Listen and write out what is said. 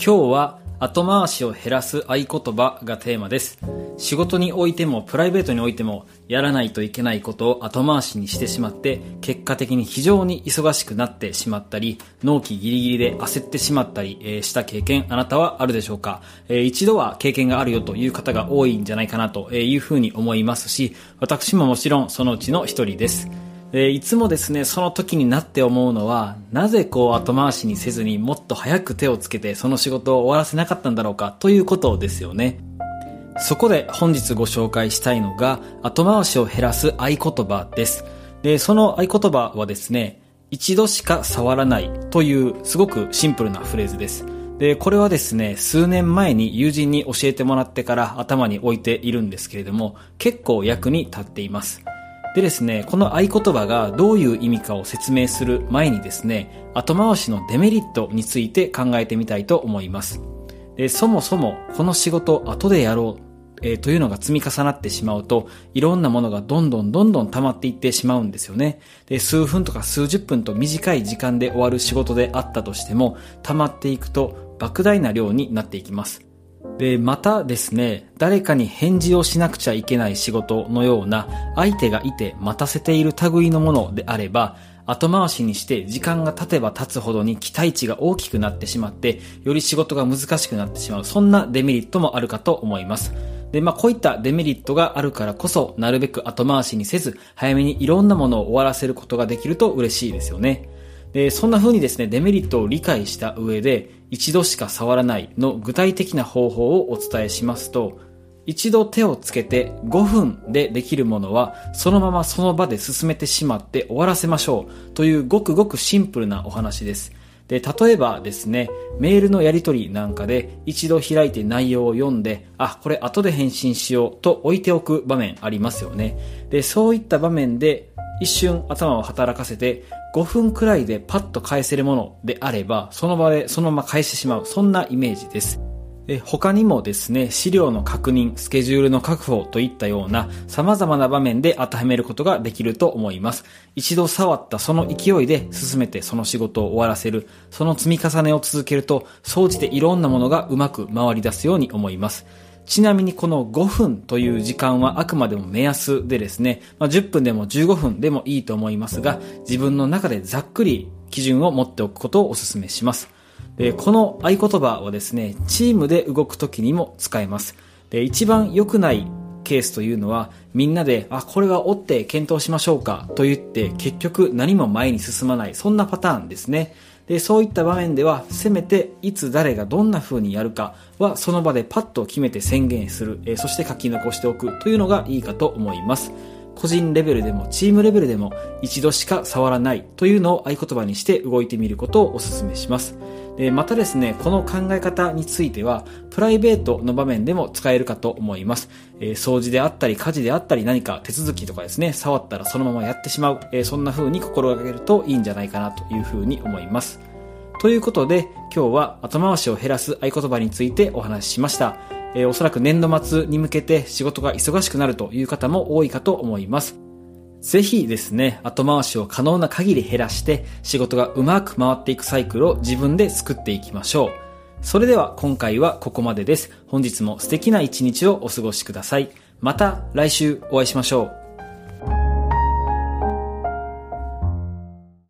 今日は後回しを減らす合言葉がテーマです。仕事においてもプライベートにおいてもやらないといけないことを後回しにしてしまって結果的に非常に忙しくなってしまったり納期ギリギリで焦ってしまったりした経験あなたはあるでしょうか。一度は経験があるよという方が多いんじゃないかなというふうに思いますし、私ももちろんそのうちの一人です。いつもですね、その時になって思うのは、なぜ後回しにせずにもっと早く手をつけてその仕事を終わらせなかったんだろうかということですよね。そこで本日ご紹介したいのが後回しを減らす合言葉です。で、その合言葉はですね、一度しか触らないというすごくシンプルなフレーズです。で、これはですね、数年前に友人に教えてもらってから頭に置いているんですけれども、結構役に立っています。でですね、この合言葉がどういう意味かを説明する前にですね、後回しのデメリットについて考えてみたいと思います。で、そもそもこの仕事後でやろう、というのが積み重なってしまうと、いろんなものがどんどん溜まっていってしまうんですよね。で、数分とか数十分と短い時間で終わる仕事であったとしても、溜まっていくと莫大な量になっていきます。で、またですね、誰かに返事をしなくちゃいけない仕事のような相手がいて待たせている類のものであれば、後回しにして時間が経てば経つほどに期待値が大きくなってしまって、より仕事が難しくなってしまう、そんなデメリットもあるかと思います。で、こういったデメリットがあるからこそ、なるべく後回しにせず、早めにいろんなものを終わらせることができると嬉しいですよね。で、そんな風にですね、デメリットを理解した上で、一度しか触らないの具体的な方法をお伝えしますと、一度手をつけて5分でできるものは、そのままその場で進めてしまって終わらせましょうというごくごくシンプルなお話です。で、例えばですね、メールのやり取りなんかで一度開いて内容を読んで、これ後で返信しようと置いておく場面ありますよね。で、そういった場面で一瞬頭を働かせて5分くらいでパッと返せるものであれば、その場でそのまま返してしまう、そんなイメージです。他にもですね、資料の確認、スケジュールの確保といったような様々な場面で当てはめることができると思います。一度触ったその勢いで進めてその仕事を終わらせる、その積み重ねを続けると、総じていろんなものがうまく回り出すように思います。ちなみにこの5分という時間はあくまでも目安でですね、10分でも15分でもいいと思いますが、自分の中でざっくり基準を持っておくことをお勧めします。で、この合言葉はですね、チームで動くときにも使えます。で、一番良くないケースというのは、みんなで、これは追って検討しましょうかと言って、結局何も前に進まない、そんなパターンですね。で、そういった場面では、せめていつ誰がどんな風にやるかは、その場でパッと決めて宣言する、そして書き残しておくというのがいいかと思います。個人レベルでもチームレベルでも一度しか触らないというのを合言葉にして動いてみることをお勧めします。で、またですね、この考え方についてはプライベートの場面でも使えるかと思います。掃除であったり家事であったり何か手続きとかですね、触ったらそのままやってしまう、そんな風に心がけるといいんじゃないかなという風に思います。ということで今日は後回しを減らす合言葉についてお話ししました。おそらく年度末に向けて仕事が忙しくなるという方も多いかと思います。ぜひですね、後回しを可能な限り減らして仕事がうまく回っていくサイクルを自分で作っていきましょう。それでは今回はここまでです。本日も素敵な一日をお過ごしください。また来週お会いしましょう。